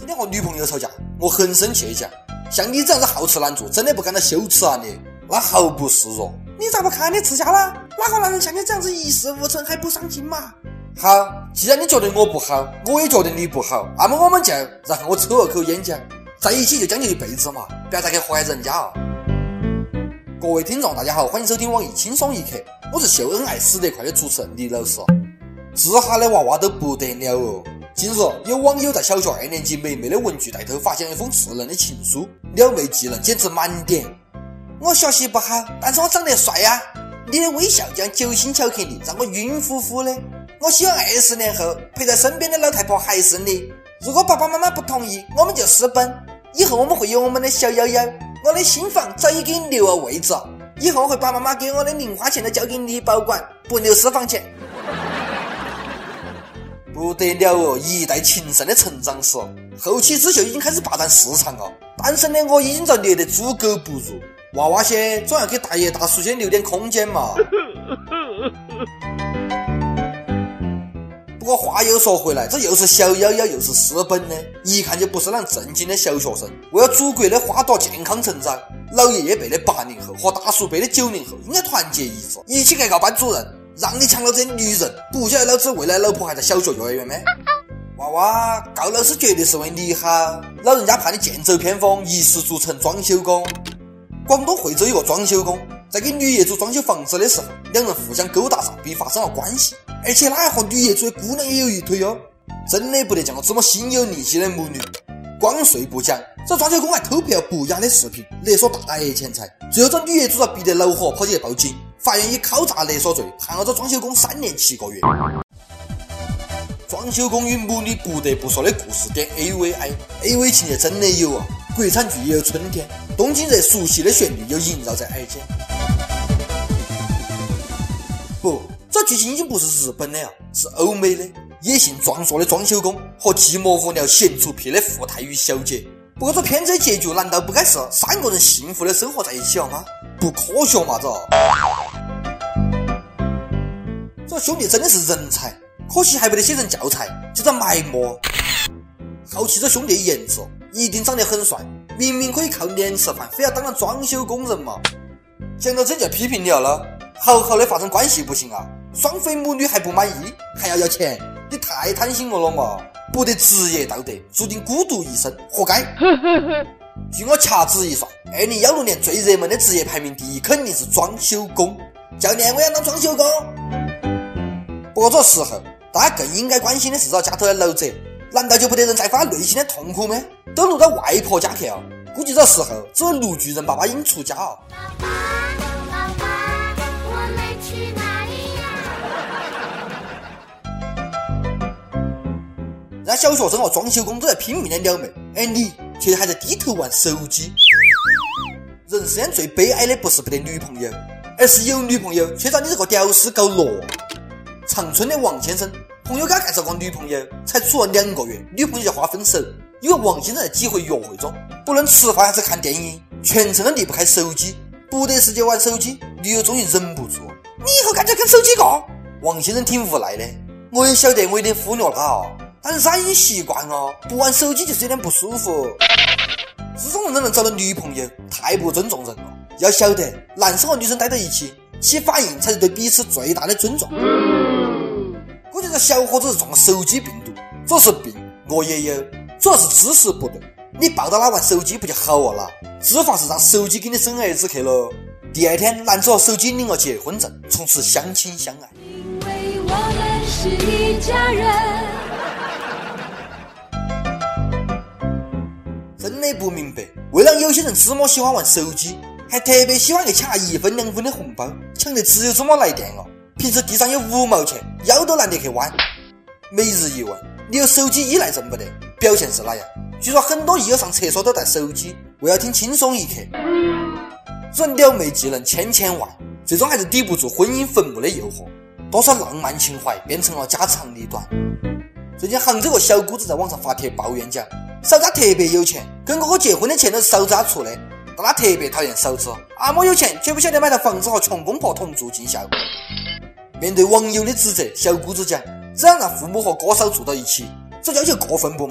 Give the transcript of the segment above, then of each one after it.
天和女朋友吵架，我很生气讲，像你这样子好吃懒做，真的不感到羞耻啊你？那毫不示弱。 你咋不看你吃家了？哪个男人像你这样子一事无成还不上进嘛？ 好，既然你觉得我不好，我也觉得你不好，那么我们就然后我抽了口烟讲，在一起就将就一辈子嘛，不要再去祸害人家啊！各位听众大家好，欢迎收听网易轻松一刻，我是秀恩爱死得快的主持人李老师。治哈的娃娃都不得了哦。近日有网友在小学2年级美美的文具袋头发现一封稚嫩的情书，撩妹技能简直满点。 我学习不好，但是我长得帅呀。你的微笑将酒心巧克力让我晕乎乎的。我希望20年后陪在身边的老太婆还是你。如果爸爸妈妈不同意，我们就私奔。以后我们会有我们的小幺幺。我的新房早已给你留了位置，以后我会把妈妈给我的零花钱都交给你保管，不留私房钱。 不得了哦，一代情圣的成长史，后起之秀已经开始霸占市场了。单身的我已经遭虐得猪狗不如，娃娃些总要给大爷大叔些留点空间嘛。不过话又说回来，这又是小幺幺又是私奔的，一看就不是那正经的小学生。为了祖国的花朵健康成长，老爷爷辈的80后和大叔辈的90后应该团结一致，一起来告班主任，让你抢了这女人，不晓得老子未来老婆还在小学幼儿园吗？娃娃，告老师绝对是为你好，老人家怕你剑走偏锋，一失足成装修工。广东惠州有个装修工，在给女业主装修房子的时候，两人互相勾搭上，并发生了关系，而且他还和女业主的姑娘也有一腿哦，真的不得见过这么心有灵犀的母女。光睡不讲，这装修工还偷拍了不雅的视频，勒索大额钱财，最后这女业主逼得恼火，跑去报警，法院以敲诈勒索罪判了这装修工3年7个月。装修工与母女不得不说的故事点 AV 情节真的有啊，国产剧也有春天，东京热熟悉的旋律又萦绕在耳间。不，这剧情已经不是日本的啊，是欧美的，野性壮硕的装修工和寂寞无聊闲出屁的富太与小姐。不过这片子的结局难道不该是3个人幸福的生活在一起了吗？不科学嘛这兄弟真的是人才，可惜还没得写成教材，就在埋没。好奇这兄弟的颜值，一定长得很帅，明明可以靠脸吃饭，非要当了装修工人嘛。讲到这就要批评你了，好好的发生关系不行啊，双飞母女还不满意，还要钱，你太贪心了嘛，不得职业道德，注定孤独一生，活该。据我掐指一算，2016年最热门的职业排名第1肯定是装修工。教练，我要当装修工。不过这时候大家更应该关心的是这家头的老者，难道就不得人在乎他内心的痛苦吗？都落到外婆家去了，估计这时候只有陆巨人爸爸已经出家了。我们去哪里呀？人家小学生和装修工都在拼命的撩妹，而你却还在低头玩手机。人世间最悲哀的不是没得女朋友，而是有女朋友却找你这个屌丝搞落。长春的王先生朋友给他介绍个女朋友，才处了2个月，女朋友就和他分手，因为王先生在几回约会中不论吃饭还是看电影，全程都离不开手机，不得时就玩手机。女友终于忍不住，你以后干脆跟手机过。王先生挺无奈的，我也晓得我有点忽略了，但是他已经习惯了，不玩手机就是有点不舒服。这种人都能找到女朋友，太不尊重人了。要晓得，男生和女生待在一起，起反应才是对彼此最大的尊重。估计这小伙子是中了手机病毒，这是病我也有，主要是知识不对。你抱到他玩手机不就好了？只怕是让手机给你生儿子去了。第2天，男子和手机领了结婚证，从此相亲相爱。 因为我们是一家人。 真的不明白，为了有些人这么喜欢玩手机，还特别喜欢去抢1分2分的红包，抢得只有这么来电了。平时地上有5毛钱，腰都懒得去弯。每日一问，你有手机依赖症不得？表现是哪样？据说很多医友上厕所都带手机，为了听轻松一刻。人撩妹技能千万，最终还是抵不住婚姻坟墓的诱惑。多少浪漫情怀变成了家长里短。最近杭州个小姑子在网上发帖抱怨讲，嫂子特别有钱，跟哥哥结婚的钱都是嫂子出的，但她特别讨厌嫂子，那么有钱却不晓得买套房子和穷公婆同住尽孝。面对网友的指责，小姑子讲，只要让父母和哥嫂住到一起，这要求过分不嘛？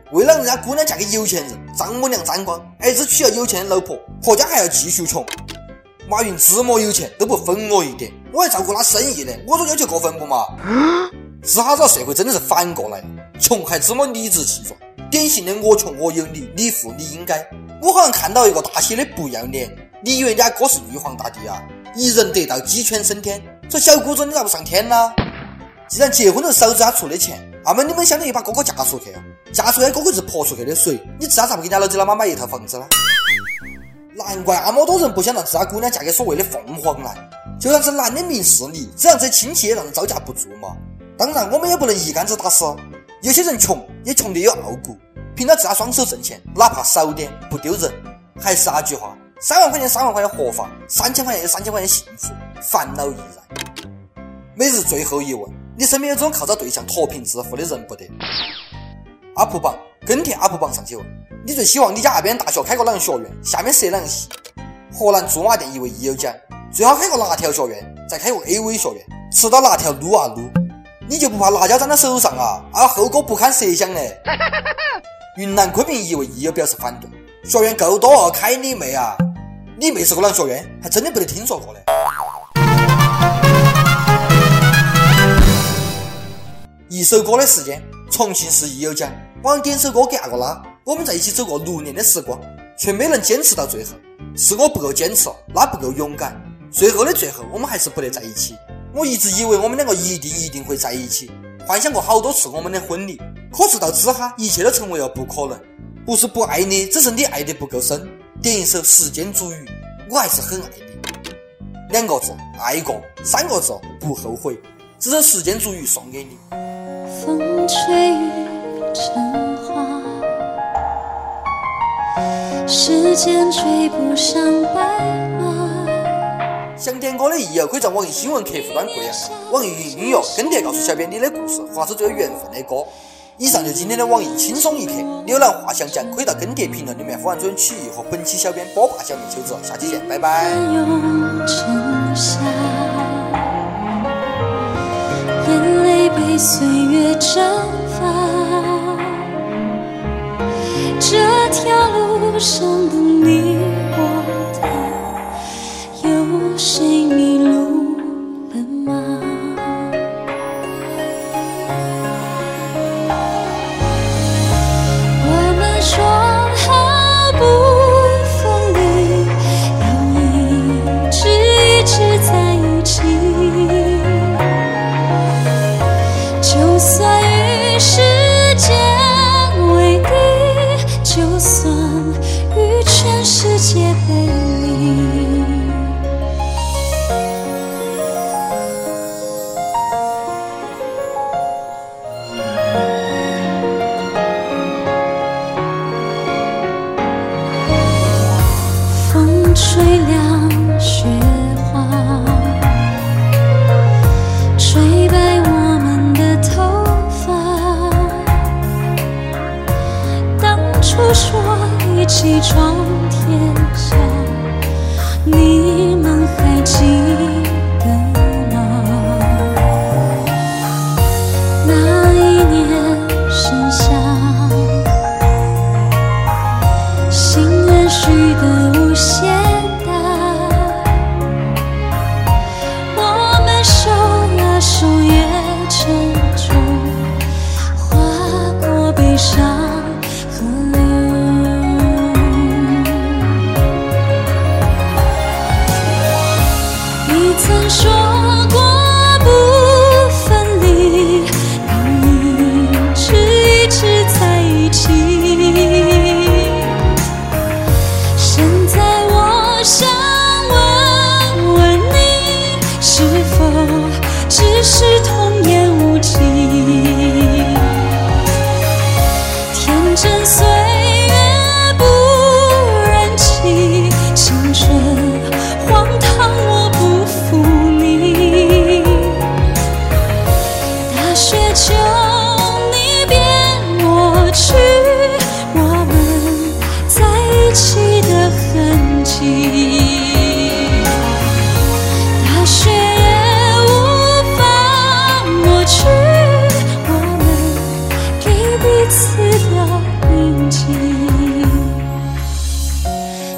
为了让人家姑娘嫁给有钱人，丈母娘沾光，儿子娶了有钱的老婆，婆家还要继续穷。马云这么有钱都不分我一点，我还照顾他生意呢，我说要求过分不嘛？这下子社会真的是反过来了，穷还这么理直气壮，典型的我穷我有理，你富你应该。我好像看到一个大写的不要脸，你以为你阿哥是玉皇大帝啊？一人得道鸡犬升天，这小姑子你咋不上天呢？既然结婚都嫂子他出的钱，那么你们相当于把哥哥嫁出去啊，嫁出去哥哥是泼出去的水，你自家咋不给人家老子老妈买一套房子呢？难怪那么多人不想让自家姑娘嫁给所谓的凤凰男，就算是男的明事理，这样子亲戚也让人招架不住嘛。当然我们也不能一竿子打死，有些人穷也穷得有傲骨，凭着自家双手挣钱，哪怕少点不丢人。还是那句话，3万块钱3万块钱活法，3000块钱有3000块钱幸福，烦恼亦然。每日最后一问，你身边有这种靠着对象脱贫致富的人不得？UP榜跟帖 UP榜上去问，你最希望你家那边大学开个哪样学院，下面设哪样系？河南驻马店一位益友讲，最好开个辣条学院，再开个 AV 学院，吃到辣条撸啊撸。你就不怕辣椒粘到手上啊？后果不堪设想嘞！云南昆明一位益友表示反对，学院够多哦，开你妹啊！你妹是个哪学院？还真的不得听说过嘞。一首歌的时间，重庆市益友讲，我想点首歌给那个他，我们在一起走过6年的时光，却没能坚持到最后，是我不够坚持，他不够勇敢，最后的最后，我们还是不得在一起。我一直以为我们两个一定会在一起，幻想过好多次我们的婚礼，可是到这哈，一切都成为了不可能。不是不爱你，只是你爱得不够深。点一首《时间煮雨》，我还是很爱你。2个字，爱过；3个字，不后悔。这首《时间煮雨》送给你。 风吹雨成花，时间追不上白马。 想点歌的益友可以在网易新闻客户端柜上、网易云音乐跟帖告诉小编你的故事，或者最有缘分的歌。以上就今天的网易轻松一刻，浏览话想讲，可以到跟帖评论里面呼唤主人曲艺和本期小编波霸小妹求子，下期见，拜拜。 眼泪被岁月蒸发，这条路上的你我他，有谁迷路了吗？我们说好不分离，要一直在一起，就算与时间为敌，就算与全世界背离。风吹凉雪花，吹白我们的头发。当初说一起闯天下，你们还记得吗？那一年盛夏，心愿许得无限大，我们手拉手越沉重，划过悲伤河流。你曾说过不分离，要一直在一起。现在我想问问你，是否只是童言无忌？天真岁月不忍欺，青春荒唐我不负你。大雪求你别抹去我们在一起的痕迹，大雪也无法抹去我们给彼此的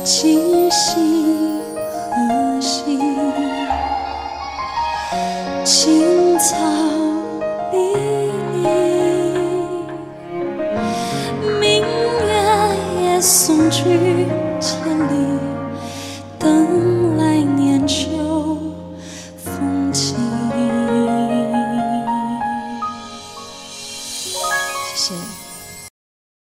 今夕何夕？青草离离，明月夜送君。